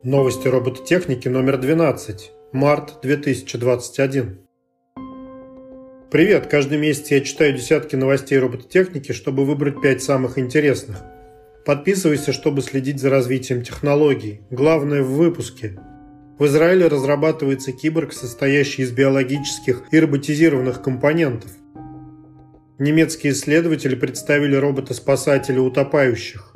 Новости робототехники номер 12. Март 2021. Привет! Каждый месяц я читаю десятки новостей робототехники, чтобы выбрать 5 самых интересных. Подписывайся, чтобы следить за развитием технологий. Главное в выпуске. В Израиле разрабатывается киборг, состоящий из биологических и роботизированных компонентов. Немецкие исследователи представили робота-спасателя утопающих.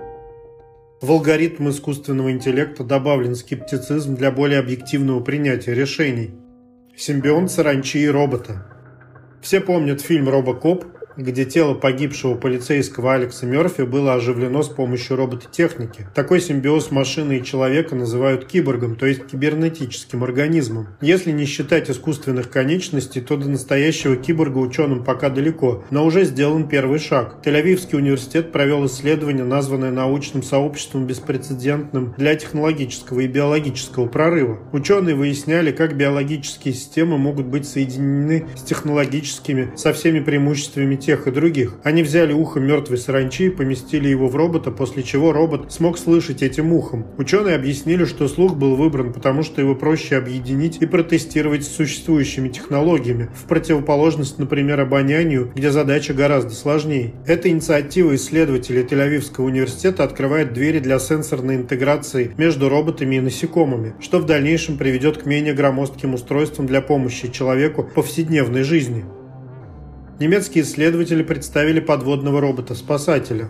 В алгоритм искусственного интеллекта добавлен скептицизм для более объективного принятия решений. Симбионт саранчи и робота. Все помнят фильм «Робокоп», где тело погибшего полицейского Алекса Мерфи было оживлено с помощью робототехники. Такой симбиоз машины и человека называют киборгом, то есть кибернетическим организмом. Если не считать искусственных конечностей, то до настоящего киборга ученым пока далеко, но уже сделан первый шаг. Тель-Авивский университет провел исследование, названное научным сообществом беспрецедентным для технологического и биологического прорыва. Ученые выясняли, как биологические системы могут быть соединены с технологическими, со всеми преимуществами тех и других. Они взяли ухо мертвой саранчи и поместили его в робота, после чего робот смог слышать этим ухом. Ученые объяснили, что слух был выбран, потому что его проще объединить и протестировать с существующими технологиями, в противоположность, например, обонянию, где задача гораздо сложнее. Эта инициатива исследователей Тель-Авивского университета открывает двери для сенсорной интеграции между роботами и насекомыми, что в дальнейшем приведет к менее громоздким устройствам для помощи человеку в повседневной жизни. Немецкие исследователи представили подводного робота-спасателя.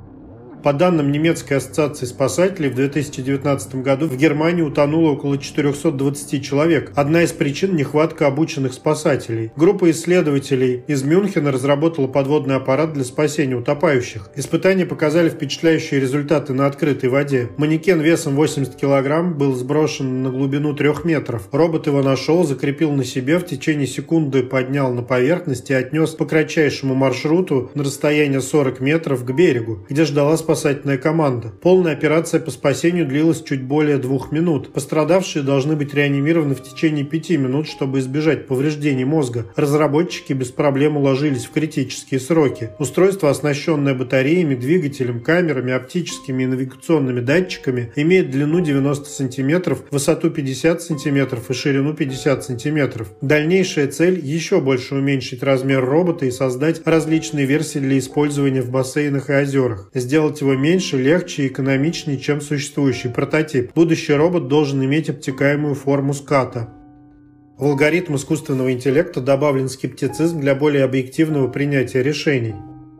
По данным немецкой ассоциации спасателей, в 2019 году в Германии утонуло около 420 человек. Одна из причин – нехватка обученных спасателей. Группа исследователей из Мюнхена разработала подводный аппарат для спасения утопающих. Испытания показали впечатляющие результаты на открытой воде. Манекен весом 80 кг был сброшен на глубину 3 метров. Робот его нашел, закрепил на себе, в течение секунды поднял на поверхность и отнес по кратчайшему маршруту на расстояние 40 метров к берегу, где ждала спасательная команда. Полная операция по спасению длилась чуть более 2 минут. Пострадавшие должны быть реанимированы в течение 5 минут, чтобы избежать повреждений мозга. Разработчики без проблем уложились в критические сроки. Устройство, оснащенное батареями, двигателем, камерами, оптическими и навигационными датчиками, имеет длину 90 см, высоту 50 см и ширину 50 см. Дальнейшая цель – еще больше уменьшить размер робота и создать различные версии для использования в бассейнах и озерах. Сделать его меньше, легче и экономичнее, чем существующий прототип. Будущий робот должен иметь обтекаемую форму ската. В алгоритм искусственного интеллекта добавлен скептицизм для более объективного принятия решений.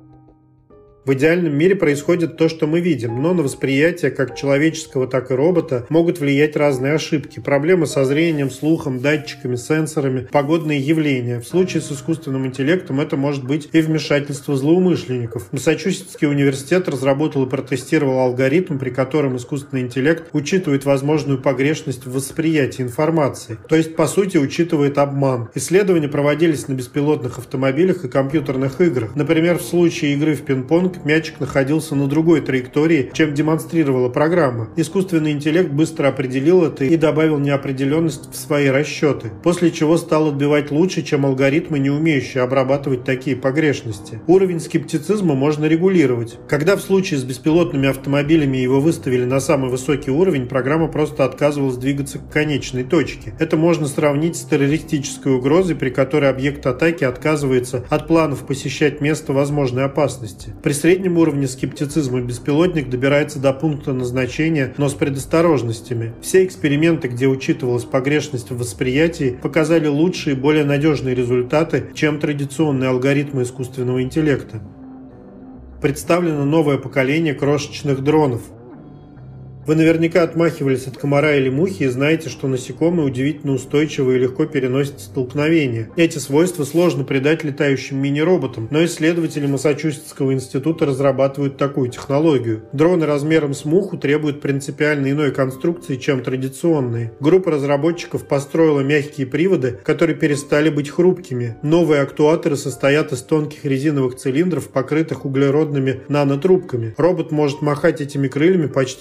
В идеальном мире происходит то, что мы видим, но на восприятие как человеческого, так и робота могут влиять разные ошибки, проблемы со зрением, слухом, датчиками, сенсорами, погодные явления. В случае с искусственным интеллектом это может быть и вмешательство злоумышленников. Массачусетский университет разработал и протестировал алгоритм, при котором искусственный интеллект учитывает возможную погрешность в восприятии информации, то есть, по сути, учитывает обман. Исследования проводились на беспилотных автомобилях и компьютерных играх. Например, в случае игры в пинг-понг мячик находился на другой траектории, чем демонстрировала программа. Искусственный интеллект быстро определил это и добавил неопределенность в свои расчеты, после чего стал отбивать лучше, чем алгоритмы, не умеющие обрабатывать такие погрешности. Уровень скептицизма можно регулировать. Когда в случае с беспилотными автомобилями его выставили на самый высокий уровень, программа просто отказывалась двигаться к конечной точке. Это можно сравнить с террористической угрозой, при которой объект атаки отказывается от планов посещать место возможной опасности. При среднем уровне скептицизма беспилотник добирается до пункта назначения, но с предосторожностями. Все эксперименты, где учитывалась погрешность в восприятии, показали лучшие и более надежные результаты, чем традиционные алгоритмы искусственного интеллекта. Представлено новое поколение крошечных дронов. Вы наверняка отмахивались от комара или мухи и знаете, что насекомые удивительно устойчивы и легко переносят столкновения. Эти свойства сложно придать летающим мини-роботам, но исследователи Массачусетского института разрабатывают такую технологию. Дроны размером с муху требуют принципиально иной конструкции, чем традиционные. Группа разработчиков построила мягкие приводы, которые перестали быть хрупкими. Новые актуаторы состоят из тонких резиновых цилиндров, покрытых углеродными нанотрубками. Робот может махать этими крыльями почти 500 раз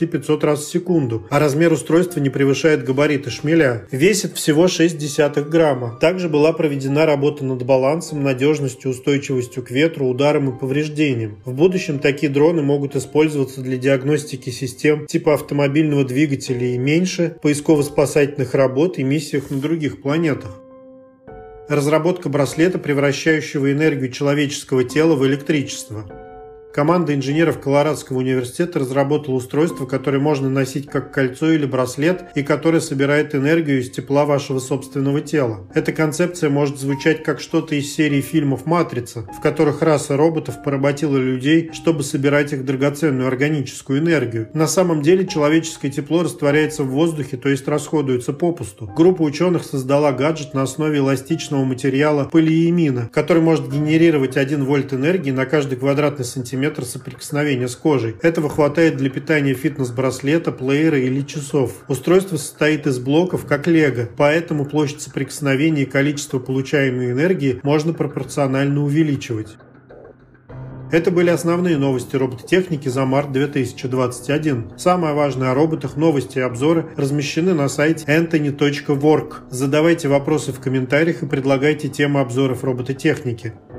раз в секунду, а размер устройства не превышает габариты шмеля. Весит всего 0,6 грамма. Также была проведена работа над балансом, надежностью, устойчивостью к ветру, ударам и повреждениям. В будущем такие дроны могут использоваться для диагностики систем типа автомобильного двигателя и меньше, поисково-спасательных работ и миссиях на других планетах. Разработка браслета, превращающего энергию человеческого тела в электричество. Команда инженеров Колорадского университета разработала устройство, которое можно носить как кольцо или браслет и которое собирает энергию из тепла вашего собственного тела. Эта концепция может звучать как что-то из серии фильмов «Матрица», в которых раса роботов поработила людей, чтобы собирать их драгоценную органическую энергию. На самом деле человеческое тепло растворяется в воздухе, то есть расходуется попусту. Группа ученых создала гаджет на основе эластичного материала полиэмина, который может генерировать 1 вольт энергии на каждый квадратный сантиметр соприкосновения с кожей. Этого хватает для питания фитнес-браслета, плеера или часов. Устройство состоит из блоков, как лего, поэтому площадь соприкосновения и количество получаемой энергии можно пропорционально увеличивать. Это были основные новости робототехники за март 2021. Самое важное о роботах, новости и обзоры размещены на сайте anthony.work. Задавайте вопросы в комментариях и предлагайте темы обзоров робототехники.